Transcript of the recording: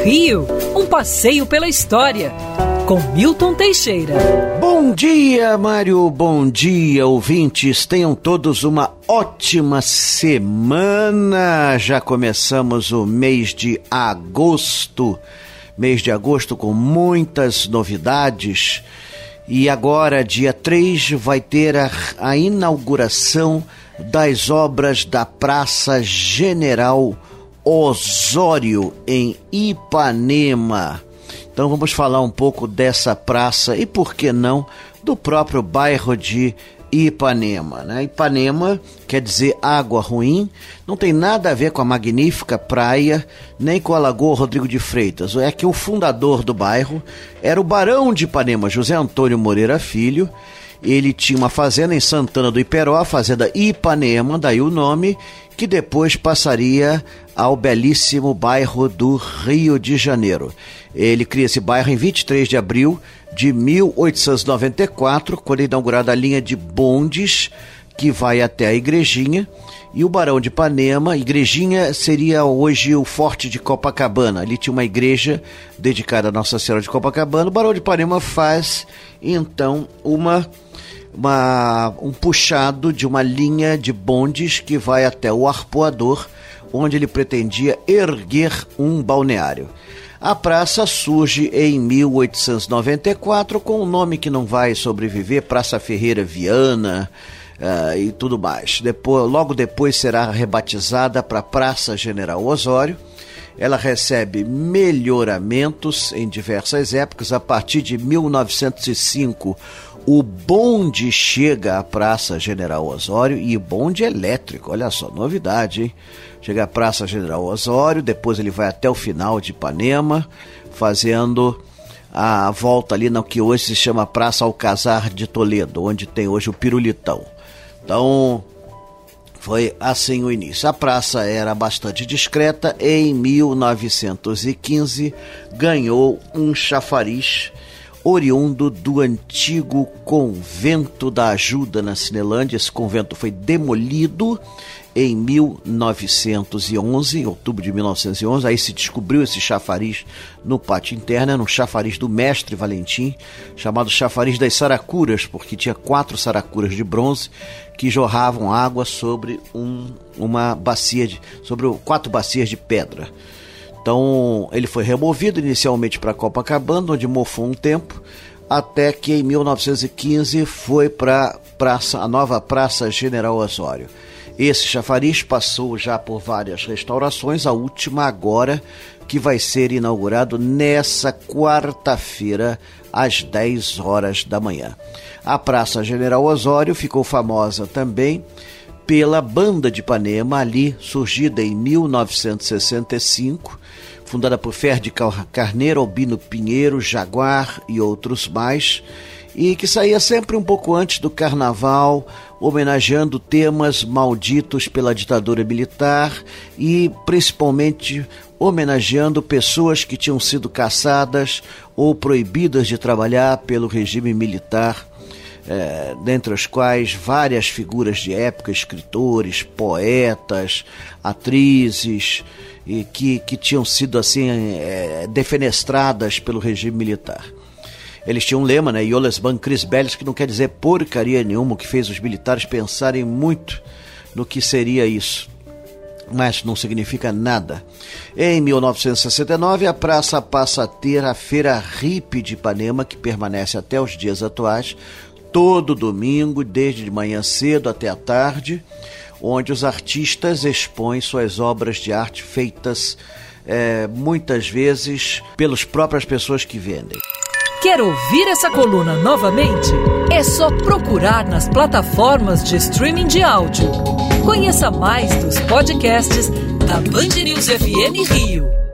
Rio, um passeio pela história, com Milton Teixeira. Bom dia, Mário, bom dia, ouvintes. Tenham todos uma ótima semana. Já começamos o mês de agosto. Mês de agosto com muitas novidades. E agora, dia 3, vai ter a inauguração das obras da Praça General Osório, em Ipanema. Então vamos falar um pouco dessa praça e, por que não, do próprio bairro de Ipanema, né? Ipanema quer dizer água ruim, não tem nada a ver com a magnífica praia, nem com a Lagoa Rodrigo de Freitas. É que o fundador do bairro era o Barão de Ipanema, José Antônio Moreira Filho. Ele tinha uma fazenda em Santana do Iperó, a fazenda Ipanema, daí o nome, que depois passaria ao belíssimo bairro do Rio de Janeiro. Ele cria esse bairro em 23 de abril de 1894, quando é inaugurada a linha de bondes que vai até a Igrejinha. E o Barão de Ipanema, Igrejinha seria hoje o Forte de Copacabana. Ali tinha uma igreja dedicada a Nossa Senhora de Copacabana. O Barão de Ipanema faz, então, um puxado de uma linha de bondes que vai até o Arpoador, onde ele pretendia erguer um balneário. A praça surge em 1894 com um nome que não vai sobreviver, Praça Ferreira Viana e tudo mais. Logo depois será rebatizada para Praça General Osório. Ela recebe melhoramentos em diversas épocas. A partir de 1905, o bonde chega à Praça General Osório, e bonde elétrico, olha só, novidade, hein? Chega à Praça General Osório, depois ele vai até o final de Ipanema, fazendo a volta ali no que hoje se chama Praça Alcazar de Toledo, onde tem hoje o Pirulitão. Então, foi assim o início. A praça era bastante discreta. Em 1915, ganhou um chafariz oriundo do antigo Convento da Ajuda na Cinelândia. Esse convento foi demolido em 1911, em outubro de 1911, aí se descobriu esse chafariz no pátio interno. Era um chafariz do mestre Valentim, chamado chafariz das Saracuras, porque tinha 4 saracuras de bronze que jorravam água sobre uma bacia sobre 4 bacias de pedra. Então ele foi removido inicialmente para Copacabana, onde mofou um tempo, até que em 1915 foi para a nova Praça General Osório. Esse chafariz passou já por várias restaurações, a última agora, que vai ser inaugurado nessa quarta-feira, às 10 horas da manhã. A Praça General Osório ficou famosa também pela Banda de Ipanema, ali surgida em 1965, fundada por Ferdi Carneiro, Albino Pinheiro, Jaguar e outros mais, e que saía sempre um pouco antes do carnaval, homenageando temas malditos pela ditadura militar e principalmente homenageando pessoas que tinham sido caçadas ou proibidas de trabalhar pelo regime militar, dentre os quais várias figuras de época, escritores, poetas, atrizes, e que tinham sido assim defenestradas pelo regime militar. Eles tinham um lema, né? Ioles ban Cris Bellis, que não quer dizer porcaria nenhuma, que fez os militares pensarem muito no que seria isso. Mas não significa nada. Em 1969, a praça passa a ter a Feira Hippie de Ipanema, que permanece até os dias atuais, todo domingo, desde de manhã cedo até a tarde, onde os artistas expõem suas obras de arte feitas muitas vezes pelas próprias pessoas que vendem. Quer ouvir essa coluna novamente? É só procurar nas plataformas de streaming de áudio. Conheça mais dos podcasts da Band News FM Rio.